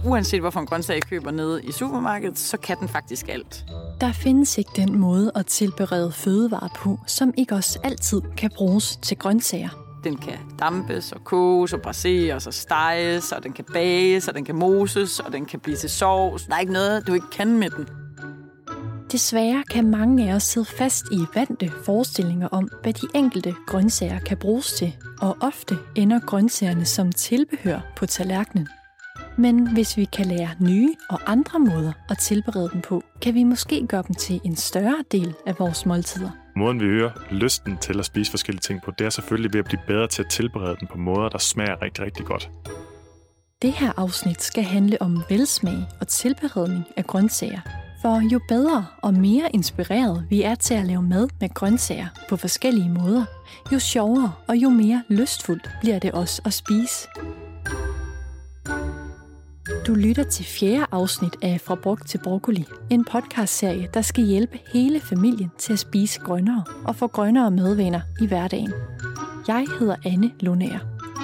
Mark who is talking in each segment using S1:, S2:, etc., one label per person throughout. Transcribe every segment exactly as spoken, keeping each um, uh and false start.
S1: uanset hvorfor en grøntsag I køber nede i supermarkedet, så kan den faktisk alt.
S2: Der findes ikke den måde at tilberede fødevarer på, som ikke også altid kan bruges til grøntsager.
S1: Den kan dampes og koges og braseres og steges, og den kan bages, og den kan moses, og den kan blive til sovs. Der er ikke noget, du ikke kan med den.
S2: Desværre kan mange af os sidde fast i vante forestillinger om, hvad de enkelte grøntsager kan bruges til, og ofte ender grøntsagerne som tilbehør på tallerkenen. Men hvis vi kan lære nye og andre måder at tilberede dem på, kan vi måske gøre dem til en større del af vores måltider.
S3: Måden vi øger lysten til at spise forskellige ting på, det er selvfølgelig ved at blive bedre til at tilberede dem på måder, der smager rigtig, rigtig godt.
S2: Det her afsnit skal handle om velsmag og tilberedning af grøntsager. For jo bedre og mere inspireret vi er til at lave mad med grøntsager på forskellige måder, jo sjovere og jo mere lystfuldt bliver det også at spise. Du lytter til fjerde afsnit af Fra Brugt til Broccoli, en podcastserie, der skal hjælpe hele familien til at spise grønnere og få grønnere madvaner i hverdagen. Jeg hedder Anne Lundager.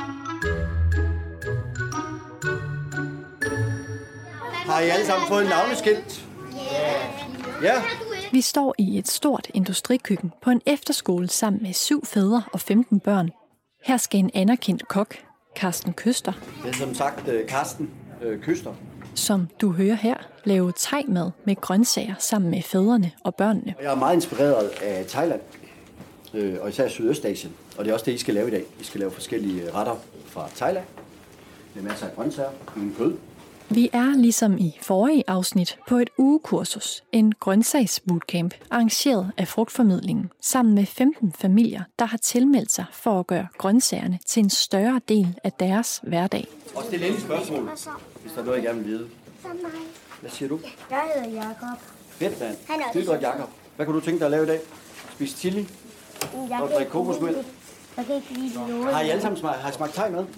S4: Har I alle sammen fået en navneskilt? Ja.
S2: Vi står i et stort industrikøkken på en efterskole sammen med syv fædre og femten børn. Her skal en anerkendt kok, Carsten Køster,
S4: Det er som sagt Carsten øh, Køster.
S2: som du hører her, lave thai-mad med grøntsager sammen med fædrene og børnene.
S4: Jeg er meget inspireret af Thailand, øh, og især Sydøstasien. Og det er også det, I skal lave i dag. I skal lave forskellige retter fra Thailand. Med masser af grøntsager, uden kød.
S2: Vi er ligesom i forrige afsnit på et ugekursus, en grøntsagsbootcamp, arrangeret af Frugtformidlingen, sammen med femten familier, der har tilmeldt sig for at gøre grøntsagerne til en større del af deres hverdag.
S4: Og stille endelig spørgsmål, hvis der er noget, I gerne vil vide. Hvad siger du?
S5: Jeg hedder Jakob.
S4: Fedt, mand.
S5: Han er også
S4: Skide godt, Jakob. Hvad kunne du tænke dig at lave i dag? Spise chili?
S5: Jeg
S4: Og drikke kokosmælk?
S5: Jeg kan ikke lide noget.
S4: Har I alle sammen smagt, har I smagt thai mad?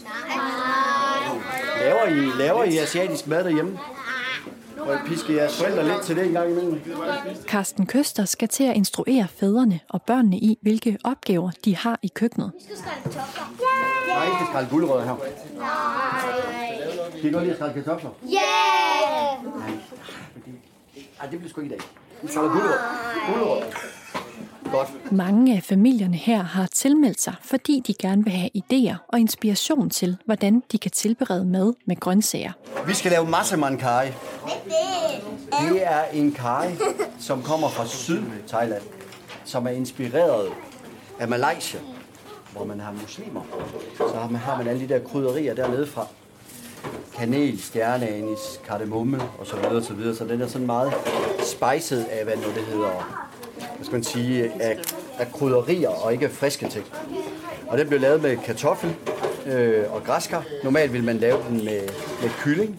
S4: Laver I, laver I asiatisk mad derhjemme? Og I pisker jeres forældre lidt til det en gang imellem?
S2: Carsten Køster skal til at instruere fædrene og børnene i, hvilke opgaver de har i køkkenet.
S4: Nej, I skal skrælle gulerødder her. Kan I godt lide at skrælle kartofler?
S5: Yeah!
S4: Nej, det bliver sgu ikke i dag. Vi skræller gulerødder. Gulerødder. Godt.
S2: Mange af familierne her har tilmeldt sig, fordi de gerne vil have idéer og inspiration til, hvordan de kan tilberede mad med grøntsager.
S4: Vi skal lave massaman curry. Det er en curry, som kommer fra Syd-Thailand, som er inspireret af Malaysia, hvor man har muslimer. Så har man, har man alle de der krydderier dernede fra. Kanel, stjerneanis, kardemomme og så videre, så videre. Så den er sådan meget spiced af, hvad nu det hedder, hvad skal man sige, af, af krydderier og ikke friske ting. Og den blev lavet med kartoffel øh, og græskar. Normalt vil man lave den med, med kylling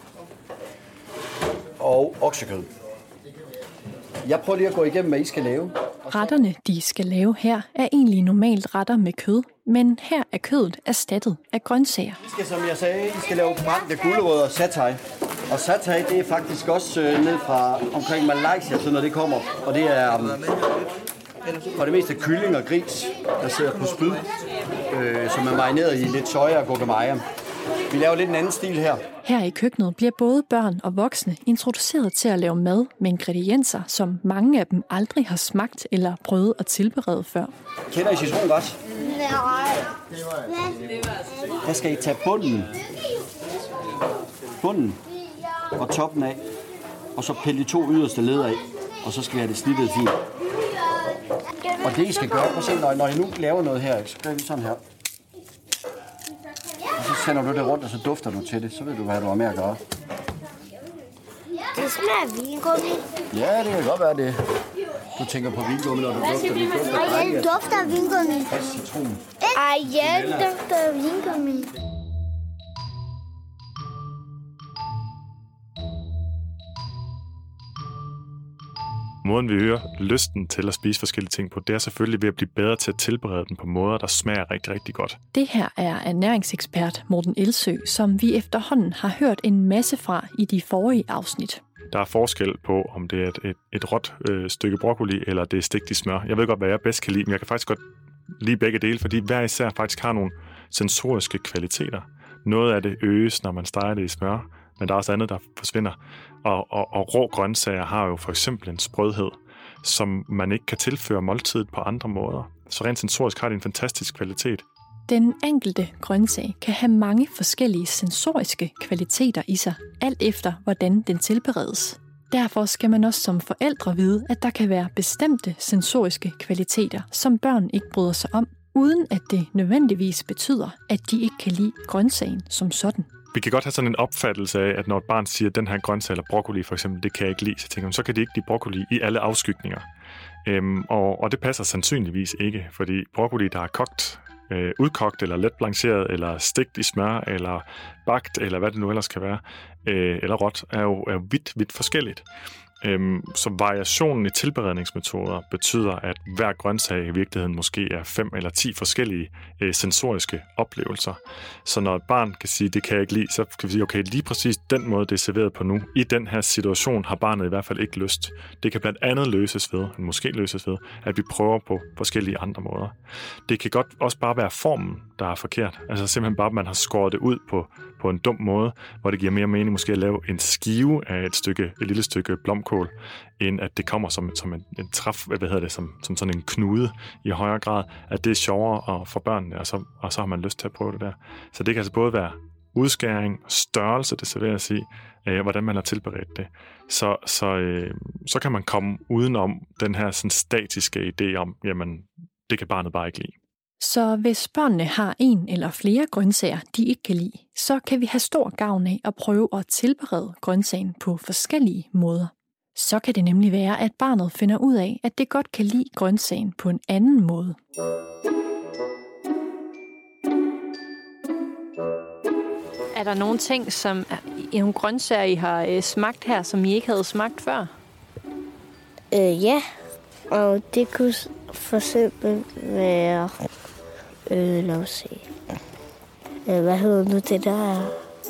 S4: og oksekød. Jeg prøver lige at gå igennem, hvad I skal lave.
S2: Retterne, de skal lave her, er egentlig normalt retter med kød, men her er kødet erstattet af grøntsager.
S4: I skal, som jeg sagde, I skal lave brændte gulerødder og satay. Og satay, det er faktisk også øh, ned fra omkring Malaysia, så når det kommer. Og det er um, for det meste kylling og gris, der sidder på spyd, øh, som er marineret i lidt soja og gurkemeje. Vi laver lidt en anden stil her.
S2: Her i køkkenet bliver både børn og voksne introduceret til at lave mad med ingredienser, som mange af dem aldrig har smagt eller prøvet at tilberede før.
S4: Kender I citrongas?
S5: Nej.
S4: Der skal I tage bunden, bunden og toppen af, og så pille de to yderste led af, og så skal vi have det snittet fint. Og det I skal gøre, prøv at se, når, når I nu laver noget her, så gør vi sådan her. Og så sender du det rundt, og så dufter du til det, så ved du, hvad du har med at gøre.
S5: Det smager vingummi.
S4: Ja, det kan godt være det. Du tænker på vingummi, når du dufter. Du dufter
S5: Ej,
S4: dejligt.
S5: jeg dufter af vingummi.
S4: Frisk citron.
S5: Ej, jeg dufter af vingummi.
S3: Måden vi øger lysten til at spise forskellige ting på, det er selvfølgelig ved at blive bedre til at tilberede dem på måder, der smager rigtig, rigtig godt.
S2: Det her er ernæringsekspert Morten Elsø, som vi efterhånden har hørt en masse fra i de forrige afsnit.
S3: Der er forskel på, om det er et, et, et råt øh, stykke broccoli, eller det er stegt i smør. Jeg ved godt, hvad jeg bedst kan lide, men jeg kan faktisk godt lide begge dele, fordi hver især faktisk har nogle sensoriske kvaliteter. Noget af det øges, når man steger det i smør. men der er også andet, der forsvinder. Og, og, og rå grøntsager har jo for eksempel en sprødhed, som man ikke kan tilføre måltidet på andre måder. Så rent sensorisk har det en fantastisk kvalitet.
S2: Den enkelte grøntsag kan have mange forskellige sensoriske kvaliteter i sig, alt efter hvordan den tilberedes. Derfor skal man også som forældre vide, at der kan være bestemte sensoriske kvaliteter, som børn ikke bryder sig om, uden at det nødvendigvis betyder, at de ikke kan lide grøntsagen som sådan.
S3: Vi kan godt have sådan en opfattelse af, at når et barn siger, at den her grøntsag eller broccoli for eksempel, det kan jeg ikke lide, så tænker man, så kan de ikke lide broccoli i alle afskygninger. Øhm, og, og det passer sandsynligvis ikke, fordi broccoli, der er kogt, øh, udkogt eller let blancheret, eller stegt i smør, eller bagt, eller hvad det nu ellers kan være, øh, eller råt, er jo, er jo vidt, vidt forskelligt. Øhm, så variationen i tilberedningsmetoder betyder, at hver grøntsag i virkeligheden måske er fem eller ti forskellige øh, sensoriske oplevelser. Så når et barn kan sige, det kan jeg ikke lide, så kan vi sige, okay, lige præcis den måde, det er serveret på nu, i den her situation har barnet i hvert fald ikke lyst. Det kan blandt andet løses ved, måske løses ved, at vi prøver på forskellige andre måder. Det kan godt også bare være formen, der er forkert. Altså simpelthen bare, at man har skåret det ud på, på en dum måde, hvor det giver mere mening måske at lave en skive af et stykke, et lille stykke blomkål, end at det kommer som, som en, en træf, hvad hedder det, som, som sådan en knude i højere grad, at det er sjovere for børnene, og så, og så har man lyst til at prøve det der. Så det kan altså både være udskæring, størrelse, det serveres i, øh, hvordan man har tilberedt det. Så, så, øh, så kan man komme udenom den her sådan statiske idé om, jamen, det kan barnet bare ikke lide.
S2: Så hvis børnene har en eller flere grøntsager, de ikke kan lide, så kan vi have stor gavn af at prøve at tilberede grøntsagen på forskellige måder. Så kan det nemlig være, at barnet finder ud af, at det godt kan lide grøntsagen på en anden måde. Er der nogle ting, som i nogle grøntsager, I har smagt her, som I ikke havde smagt før?
S5: Øh, ja, og det kunne for eksempel være... Øh, lad os se. Øh, hvad hedder nu det der?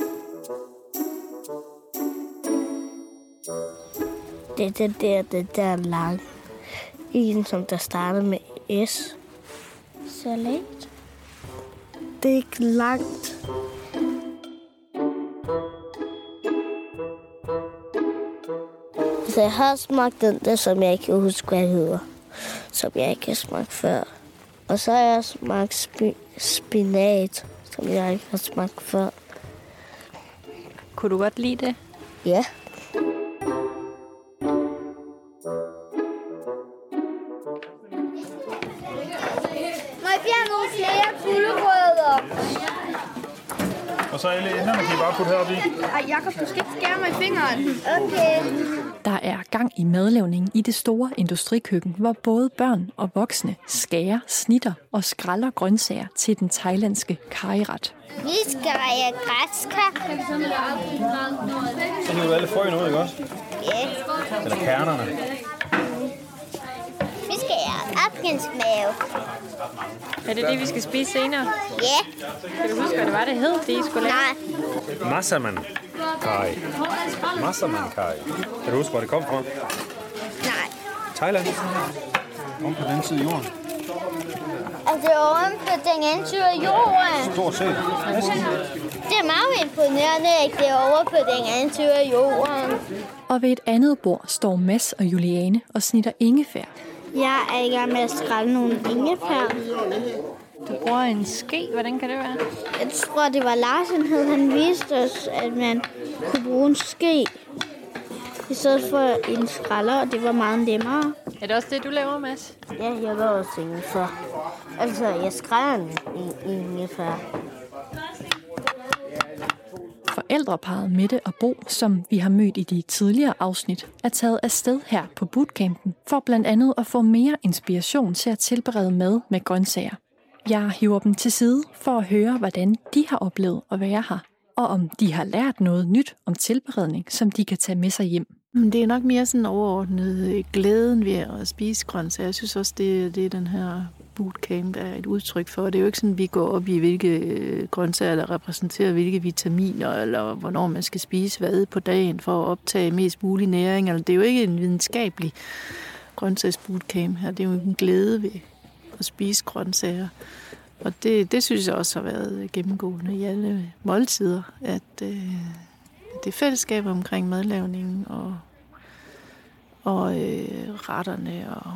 S5: Det er det der, det der lang. En, som der starter med S. Salat. Det er ikke langt. Så jeg har smagt den der, som jeg ikke kan huske, hvad hedder. Som jeg ikke har smagt før. Og så har jeg smagt spi- spinat, som jeg ikke har smagt før.
S2: Kunne du godt lide det?
S5: Ja.
S6: Må jeg fjerne nogle flere gulerødder?
S7: Og så alle enderne kan I bare putte heroppe i.
S6: Ej, Jakob, du skal ikke skære mig i fingeren. Okay.
S2: Der er gang i madlavning i det store industrikøkken, hvor både børn og voksne skærer, snitter og skræller grøntsager til den thailandske curryret.
S5: Vi skal have græskar.
S7: Så hiver du alle frøene ud, ikke også?
S5: Ja.
S7: Eller kernerne.
S5: Vi skal have apkensmave.
S2: Er det det, vi skal spise senere?
S5: Ja.
S2: Kan du huske, hvad det var, det hed, det I skulle lave?
S5: Nej.
S7: Massaman Kai. Massaman Kai. Kan du huske, hvor det kom fra?
S5: Nej.
S7: Thailand. Om på den side af jorden.
S5: Altså oven på den anden side af jorden.
S7: Stort set.
S5: Det er meget imponerende, at det er over på den anden side af jorden.
S2: Og ved et andet bord står Mads og Juliane og snitter ingefær.
S5: Jeg er i gang med at skrælle nogle ingefær.
S2: Du bruger en ske, hvordan kan det være?
S5: Jeg tror, det var Larsen, han viste os, at man kunne bruge en ske i stedet for en skræller, og det var meget nemmere.
S2: Er det også det, du laver, Mads?
S5: Ja, jeg laver også ingefær. Altså, jeg skræller en ingefær.
S2: Forældreparret Mette og Bo, som vi har mødt i de tidligere afsnit, er taget afsted her på bootcampen for blandt andet at få mere inspiration til at tilberede mad med grøntsager. Jeg hiver dem til side for at høre, hvordan de har oplevet at være her, og om de har lært noget nyt om tilberedning, som de kan tage med sig hjem.
S8: Det er nok mere sådan overordnet glæden ved at spise grøntsager. Jeg synes også, det, det er den her bootcamp er et udtryk for. Det er jo ikke sådan, at vi går op i, hvilke grøntsager, der repræsenterer hvilke vitaminer, eller hvornår man skal spise hvad på dagen for at optage mest mulig næring. Det er jo ikke en videnskabelig grøntsagsbootcamp her. Det er jo en glæde ved at spise grøntsager. Og det, det synes jeg også har været gennemgående i alle måltider, at øh, det er fællesskabet omkring madlavningen og, og øh, retterne og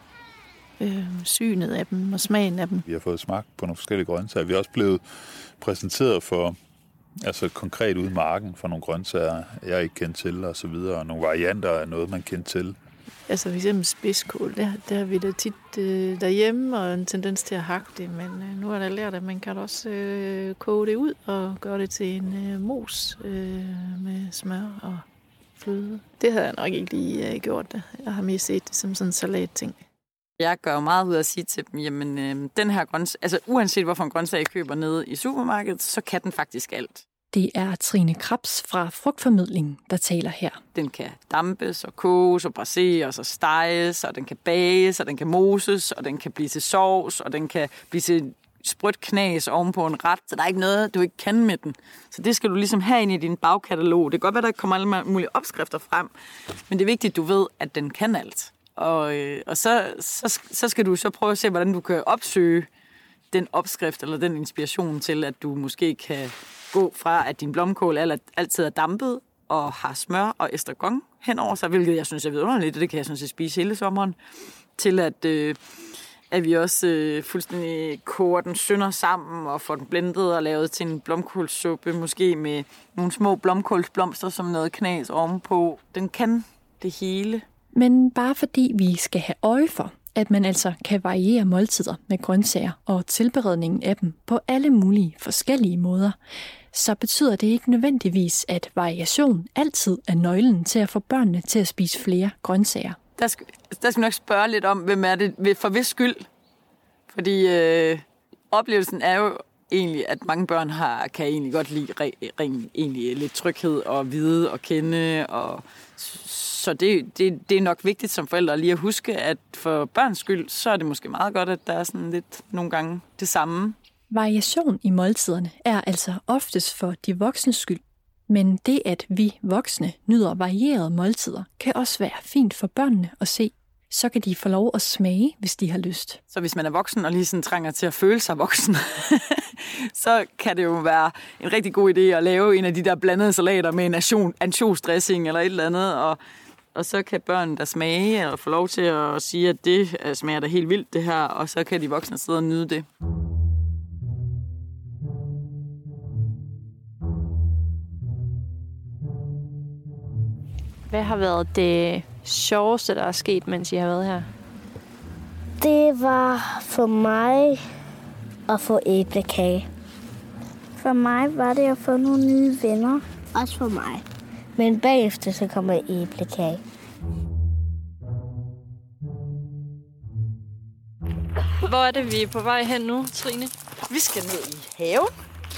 S8: øh, synet af dem og smagen af dem.
S9: Vi har fået smag på nogle forskellige grøntsager. Vi er også blevet præsenteret for altså konkret ude i marken for nogle grøntsager, jeg ikke kendte til og så videre, og nogle varianter af noget, man kendte til.
S8: Altså for eksempel spidskål, det, det har vi da tit øh, derhjemme, og en tendens til at hakke det, men øh, nu er der lært, at man kan også øh, koge det ud og gøre det til en øh, mos øh, med smør og fløde. Det havde jeg nok ikke lige øh, gjort det. Jeg har mere set det som sådan en salatting.
S1: Jeg gør jo meget ud af at sige til dem, jamen øh, den her grøntsag, altså uanset hvorfor en grøntsag I køber nede i supermarkedet, så kan den faktisk alt.
S2: Det er Trine Krebs fra Frugtformidlingen, der taler her.
S1: Den kan dampes og koges og braseres og steges, og den kan bages, og den kan moses, og den kan blive til sovs, og den kan blive til sprødt knas ovenpå en ret. Så der er ikke noget, du ikke kan med den. Så det skal du ligesom have ind i din bagkatalog. Det kan godt være, der kommer alle mulige opskrifter frem, men det er vigtigt, at du ved, at den kan alt. Og, øh, og så, så, så skal du så prøve at se, hvordan du kan opsøge den opskrift eller den inspiration til, at du måske kan gå fra, at din blomkål altid er dampet og har smør og estragon henover sig, hvilket jeg synes er vidunderligt, og det kan jeg synes, at spise hele sommeren, til at, øh, at vi også øh, fuldstændig koger den sønder sammen og får den blendet og lavet til en blomkålssuppe, måske med nogle små blomkålsblomster som noget knas ovenpå. Den kan det hele.
S2: Men bare fordi vi skal have øje for, at man altså kan variere måltider med grøntsager og tilberedningen af dem på alle mulige forskellige måder, så betyder det ikke nødvendigvis, at variation altid er nøglen til at få børnene til at spise flere grøntsager.
S1: Der skal, der skal vi nok spørge lidt om, hvem er det for hvis skyld. Fordi øh, oplevelsen er jo egentlig, at mange børn har, kan egentlig godt lide ring, egentlig lidt tryghed og vide og kende. Og, så det, det, det er nok vigtigt som forældre lige at huske, at for børns skyld, så er det måske meget godt, at der er sådan lidt nogle gange det samme.
S2: Variation i måltiderne er altså oftest for de voksnes skyld. Men det, at vi voksne nyder varierede måltider, kan også være fint for børnene at se. Så kan de få lov at smage, hvis de har lyst.
S1: Så hvis man er voksen og lige sådan trænger til at føle sig voksen, så kan det jo være en rigtig god idé at lave en af de der blandede salater med en ansjosdressing eller et eller andet. Og, og så kan børn der smage og få lov til at sige, at det smager da helt vildt det her. Og så kan de voksne sidde og nyde det.
S10: Hvad har været det sjoveste, der er sket, mens I har været her?
S5: Det var for mig at få æblekage.
S6: For mig var det at få nogle nye venner.
S5: Også for mig. Men bagefter så kommer æblekage.
S10: Hvor er det, vi er på vej hen nu, Trine?
S1: Vi skal ned i haven.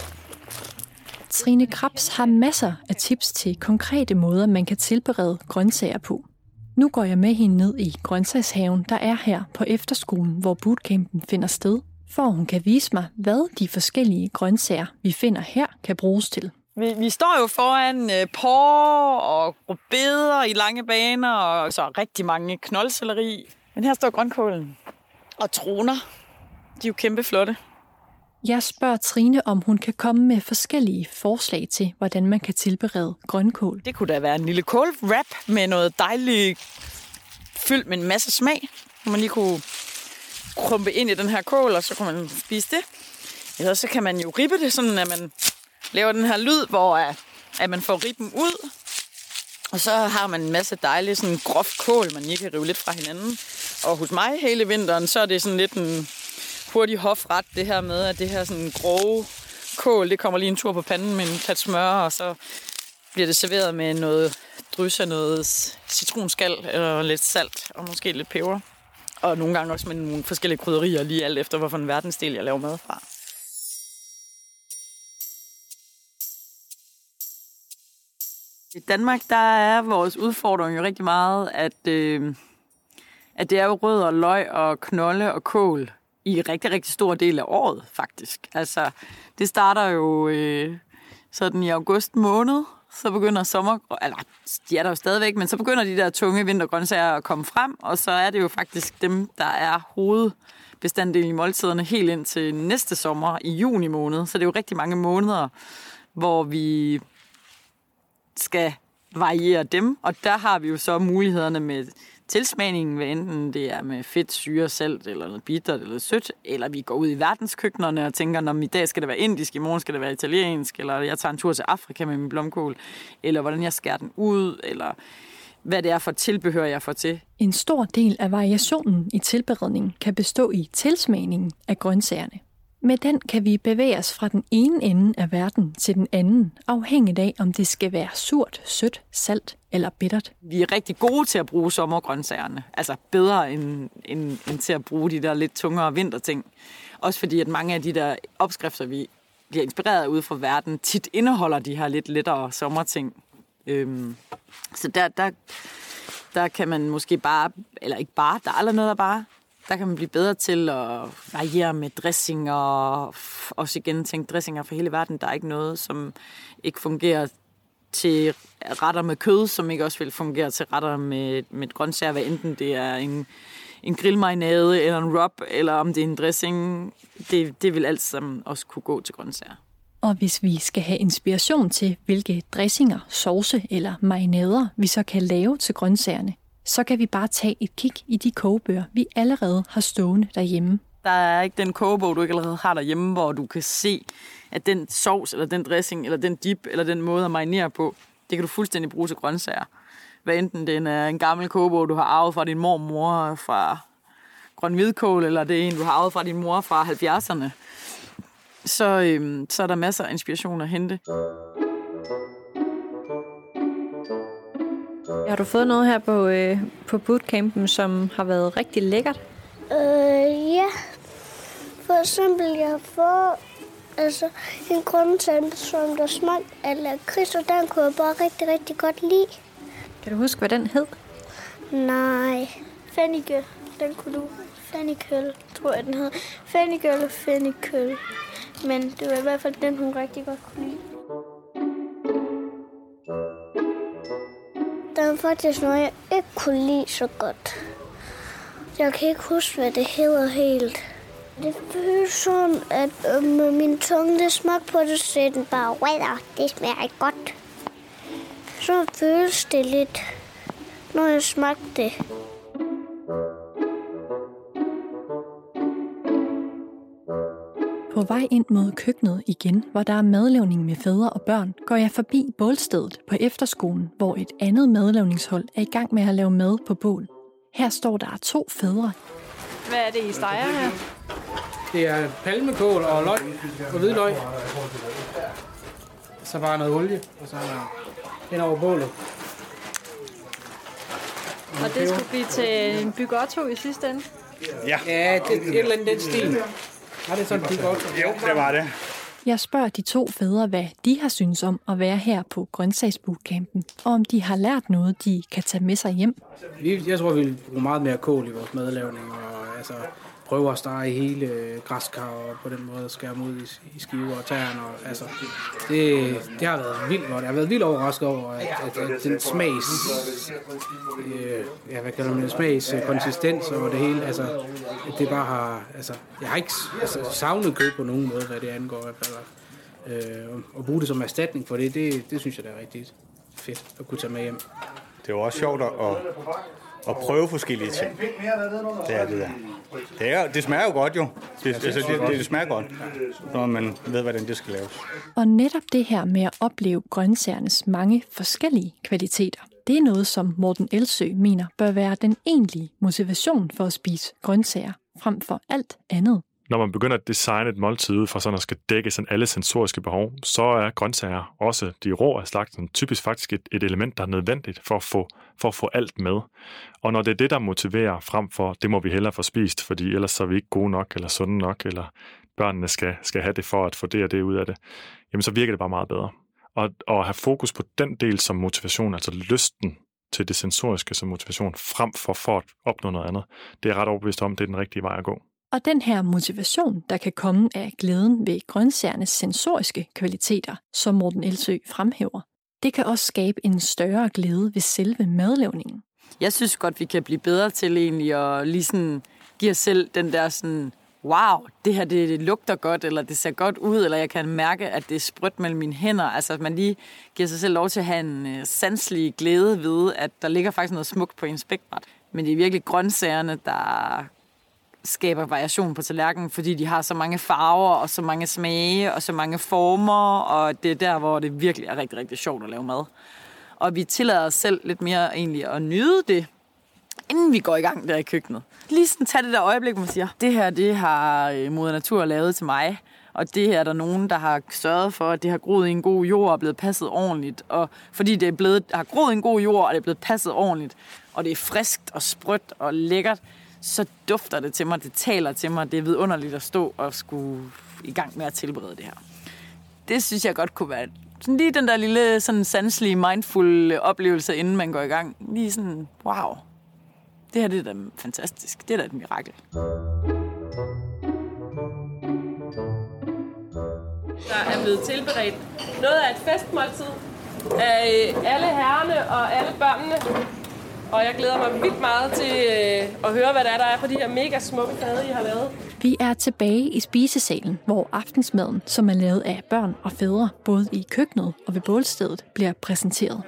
S2: Trine Krebs har masser af tips til konkrete måder, man kan tilberede grøntsager på. Nu går jeg med hende ned i grøntsagshaven, der er her på efterskolen, hvor bootcampen finder sted, for hun kan vise mig, hvad de forskellige grøntsager, vi finder her, kan bruges til.
S1: Vi, vi står jo foran øh, porre og rødbeder i lange baner, og så rigtig mange knoldselleri. Men her står grønkålen og troner. De er jo kæmpe flotte.
S2: Jeg spørger Trine, om hun kan komme med forskellige forslag til, hvordan man kan tilberede grønkål.
S1: Det kunne da være en lille kålwrap med noget dejligt fyldt med en masse smag. Hvor man lige kunne krumpe ind i den her kål, og så kan man spise det. Eller så kan man jo ribbe det, sådan at man laver den her lyd, hvor at man får ribben ud. Og så har man en masse dejlig sådan groft kål, man lige kan rive lidt fra hinanden. Og hos mig hele vinteren, så er det sådan lidt en hurtig hofret, det her med, at det her sådan grove kål, det kommer lige en tur på panden med en klat smør, og så bliver det serveret med noget drys af noget citronskal, eller lidt salt, og måske lidt peber. Og nogle gange også med nogle forskellige krydderier, lige alt efter, hvorfor en verdensdel jeg laver mad fra. I Danmark, der er vores udfordring jo rigtig meget, at, øh, at det er jo rød og løg og knolde og kål i rigtig, rigtig stor del af året, faktisk. Altså, det starter jo øh, sådan i august måned, så begynder sommer... Eller, de er der jo stadigvæk, men så begynder de der tunge vintergrøntsager at komme frem, og så er det jo faktisk dem, der er hovedbestanddelen i måltiderne helt ind til næste sommer i juni måned. Så det er jo rigtig mange måneder, hvor vi skal variere dem, og der har vi jo så mulighederne med tilsmagningen, hvad enten det er med fedt, syre, salt, eller noget bittert, eller sødt, eller vi går ud i verdenskøkkenerne og tænker, om i dag skal det være indisk, i morgen skal det være italiensk, eller jeg tager en tur til Afrika med min blomkål, eller hvordan jeg skærer den ud, eller hvad det er for tilbehør, jeg får til.
S2: En stor del af variationen i tilberedningen kan bestå i tilsmagningen af grøntsagerne. Med den kan vi bevæge os fra den ene ende af verden til den anden, afhængigt af, om det skal være surt, sødt, salt eller bittert.
S1: Vi er rigtig gode til at bruge sommergrøntsagerne. Altså bedre end, end, end til at bruge de der lidt tungere vinterting. Også fordi, at mange af de der opskrifter, vi bliver inspireret ud fra verden, tit indeholder de her lidt lettere sommerting. Øhm, så der, der, der kan man måske bare, eller ikke bare, der er aldrig noget der bare, der kan man blive bedre til at variere med dressinger, og også igen tænke dressinger for hele verden. Der er ikke noget, som ikke fungerer til retter med kød, som ikke også vil fungere til retter med, med grøntsager, hvad enten det er en, en grillmarinade eller en rub, eller om det er en dressing. Det, det vil alt sammen også kunne gå til grøntsager.
S2: Og hvis vi skal have inspiration til, hvilke dressinger, sauce eller marinader, vi så kan lave til grøntsagerne, så kan vi bare tage et kig i de kogebøger, vi allerede har stående derhjemme.
S1: Der er ikke den kogebog, du ikke allerede har derhjemme, hvor du kan se, at den sovs, eller den dressing, eller den dip, eller den måde at marinere på, det kan du fuldstændig bruge til grøntsager. Hvad enten det er en gammel kogebog, du har arvet fra din mormor fra grøn hvidkål, eller det er en, du har arvet fra din mor fra halvfjerdserne, så, øhm, så er der masser af inspiration at hente.
S10: Har du fået noget her på, øh, på bootcampen, som har været rigtig lækkert?
S5: Øh, ja. For eksempel, jeg har fået altså, en grøntsag, som der smagte af lakrids, og den kunne jeg bare rigtig, rigtig godt lide.
S10: Kan du huske, hvad den hed?
S5: Nej. Fennike. Den kunne du. Fennikøl, tror jeg, den hed. Fennikøl eller fennikøl. Men det var i hvert fald den, hun rigtig godt kunne lide. Der var faktisk noget, jeg ikke kunne lide så godt. Jeg kan ikke huske, hvad det hedder helt. Det føles som, at øh, med min tunge, det smagte på det, så den bare, wow, det smager ikke godt. Så føles det lidt, når jeg smagte det.
S2: På vej ind mod køkkenet igen, hvor der er madlavning med fædre og børn, går jeg forbi bålstedet på efterskolen, hvor et andet madlavningshold er i gang med at lave mad på bål. Her står der to fædre.
S10: Hvad er det, I steger her?
S11: Det er palmekål og løg og hvidløg. Så bare noget olie, og så hen over bålet.
S10: Og det skulle blive til en bygotto i sidste ende?
S11: Ja, ja det er et eller andet den stil. Var det sådan, det godt?
S7: Jo, det var det.
S2: Jeg spørger de to fædre, hvad de har synes om at være her på grøntsagsbootcampen, og om de har lært noget, de kan tage med sig hjem.
S11: Jeg tror, vi vil bruge meget mere kål i vores madlavning, og altså, prøve at stege hele græskar og på den måde skære dem ud i, i skiver og tæerne. Og, altså, det, det har været vildt godt. Jeg har været vildt overrasket over, at, at, at den smags, øh, ja, hvad kalder man det, smags konsistens og det hele, altså, at det bare har, altså, jeg har ikke altså, savnet kød på nogen måde, hvad det angår i hvert fald. Øh, og bruge det som erstatning for det, det, det synes jeg, det er rigtig fedt at kunne tage med hjem.
S7: Det var også sjovt at, at prøve forskellige ting. Det er det der. Det, er, det smager jo godt jo. Det, altså, det, det, det smager godt, når man ved, hvordan det skal laves.
S2: Og netop det her med at opleve grøntsagernes mange forskellige kvaliteter, det er noget, som Morten Elsø mener bør være den egentlige motivation for at spise grøntsager, frem for alt andet.
S3: Når man begynder at designe et måltid ud fra sådan at skal dække sådan alle sensoriske behov, så er grøntsager, også de rå af slagten, typisk faktisk et, et element, der er nødvendigt for at, få, for at få alt med. Og når det er det, der motiverer frem for, det må vi hellere få spist, fordi ellers så er vi ikke gode nok, eller sunde nok, eller børnene skal, skal have det for at få det og det ud af det, jamen så virker det bare meget bedre. Og at have fokus på den del som motivation, altså lysten til det sensoriske som motivation, frem for for at opnå noget andet, det er ret overbevist om, det er den rigtige vej at gå.
S2: Og den her motivation, der kan komme af glæden ved grøntsagernes sensoriske kvaliteter, som Morten Elsø fremhæver, det kan også skabe en større glæde ved selve madlavningen.
S1: Jeg synes godt, vi kan blive bedre til egentlig at lige sådan give os selv den der sådan wow, det her det, det lugter godt, eller det ser godt ud, eller jeg kan mærke, at det er sprødt mellem mine hænder. Altså, at man lige giver sig selv lov til at have en øh, sanselig glæde ved, at der ligger faktisk noget smukt på en spækbræt. Men det er virkelig grøntsagerne, der skaber variation på tallerkenen, fordi de har så mange farver, og så mange smage, og så mange former, og det er der, hvor det virkelig er rigtig, rigtig sjovt at lave mad. Og vi tillader os selv lidt mere egentlig at nyde det, inden vi går i gang der i køkkenet. Lige sådan tage det der øjeblik, hvor man siger, det her, det har Moder Natur lavet til mig, og det her er der nogen, der har sørget for, at det har groet i en god jord og blevet passet ordentligt. Og fordi det er blevet, har groet i en god jord, og det er blevet passet ordentligt, og det er friskt og sprødt og lækkert, så dufter det til mig, det taler til mig, det er vidunderligt at stå og skulle i gang med at tilberede det her. Det synes jeg godt kunne være sådan lige den der lille sådan sanselige, mindful oplevelse, inden man går i gang. Lige sådan, wow, det her det er da fantastisk, det er da et mirakel.
S12: Der er blevet tilberedt noget af et festmåltid af alle herrerne og alle børnene. Og jeg glæder mig vildt meget til at høre, hvad der er, der er på de her mega smukke fade, I har lavet.
S2: Vi er tilbage i spisesalen, hvor aftensmaden, som er lavet af børn og fædre, både i køkkenet og ved bålstedet, bliver præsenteret.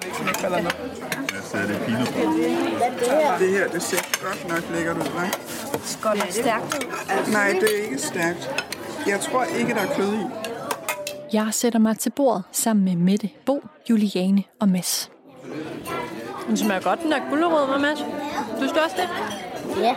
S13: Det her, det ser godt nok lækkert ud, hva'?
S6: Skal det stærkt?
S13: Nej, det er ikke stærkt. Jeg tror ikke, der er kød i.
S2: Jeg sætter mig til bordet sammen med Mette, Bo, Juliane og Mads.
S10: Den smager godt, den der gulerod, hva' Mads? Du synes også det?
S5: Ja.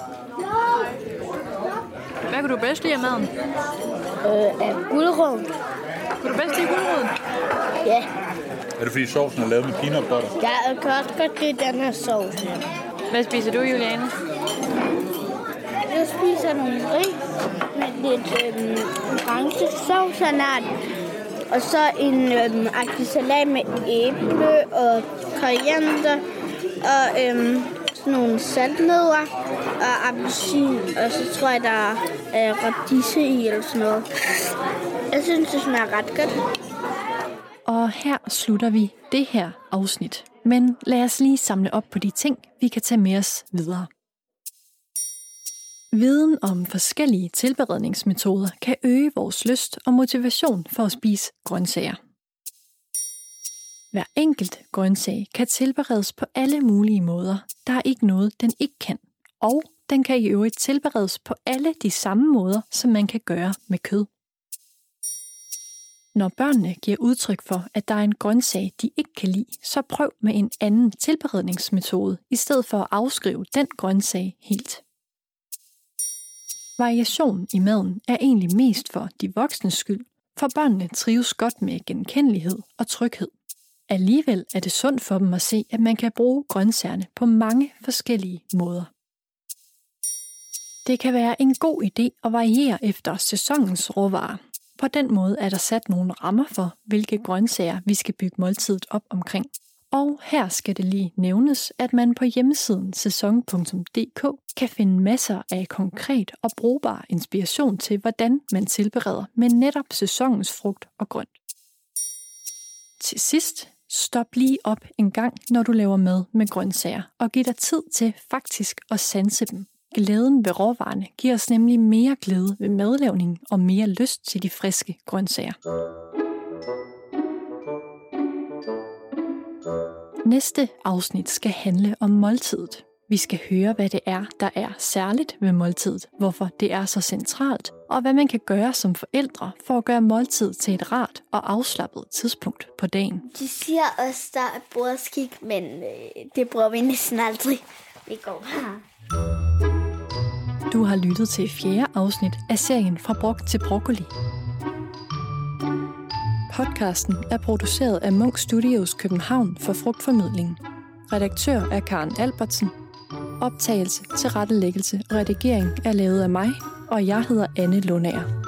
S10: Hvad kan du bedst lide af maden?
S5: Øh, af gulerod.
S10: Kan du bedst lide guleroden?
S5: Ja.
S9: Er det fordi sovsen er lavet med peanut butter?
S5: Jeg kan også godt lide den her sovs her.
S10: Hvad spiser du, Juliane?
S6: Jeg spiser nogle ris med lidt øhm, orange sovssalat. Og så en øhm, agtig salat med æble og koriander og øhm, sådan nogle saltnødder og appelsin. Og så tror jeg, der er radise i eller sådan noget. Jeg synes, det smager ret godt.
S2: Og her slutter vi det her afsnit. Men lad os lige samle op på de ting, vi kan tage med os videre. Viden om forskellige tilberedningsmetoder kan øge vores lyst og motivation for at spise grøntsager. Hver enkelt grøntsag kan tilberedes på alle mulige måder. Der er ikke noget, den ikke kan. Og den kan i øvrigt tilberedes på alle de samme måder, som man kan gøre med kød. Når børnene giver udtryk for, at der er en grøntsag, de ikke kan lide, så prøv med en anden tilberedningsmetode, i stedet for at afskrive den grøntsag helt. Variation i maden er egentlig mest for de voksnes skyld, for børnene trives godt med genkendelighed og tryghed. Alligevel er det sundt for dem at se, at man kan bruge grøntsagerne på mange forskellige måder. Det kan være en god idé at variere efter sæsonens råvarer. På den måde er der sat nogle rammer for, hvilke grøntsager vi skal bygge måltidet op omkring. Og her skal det lige nævnes, at man på hjemmesiden sæson punktum d k kan finde masser af konkret og brugbar inspiration til, hvordan man tilbereder med netop sæsonens frugt og grønt. Til sidst, stop lige op en gang, når du laver mad med grøntsager, og giv dig tid til faktisk at sanse dem. Glæden ved råvarerne giver os nemlig mere glæde ved madlavning og mere lyst til de friske grøntsager. Næste afsnit skal handle om måltidet. Vi skal høre, hvad det er, der er særligt ved måltidet, hvorfor det er så centralt, og hvad man kan gøre som forældre for at gøre måltid til et rart og afslappet tidspunkt på dagen.
S6: De siger også, der er bordskik, men øh, det bruger vi næsten aldrig. Vi går her.
S2: Du har lyttet til fjerde afsnit af serien Fra Brok til Broccoli. Podcasten er produceret af Munch Studios København for Frugtformidling. Redaktør er Karen Albertsen. Optagelse, tilrettelæggelse og redigering er lavet af mig, og jeg hedder Anne Lundager.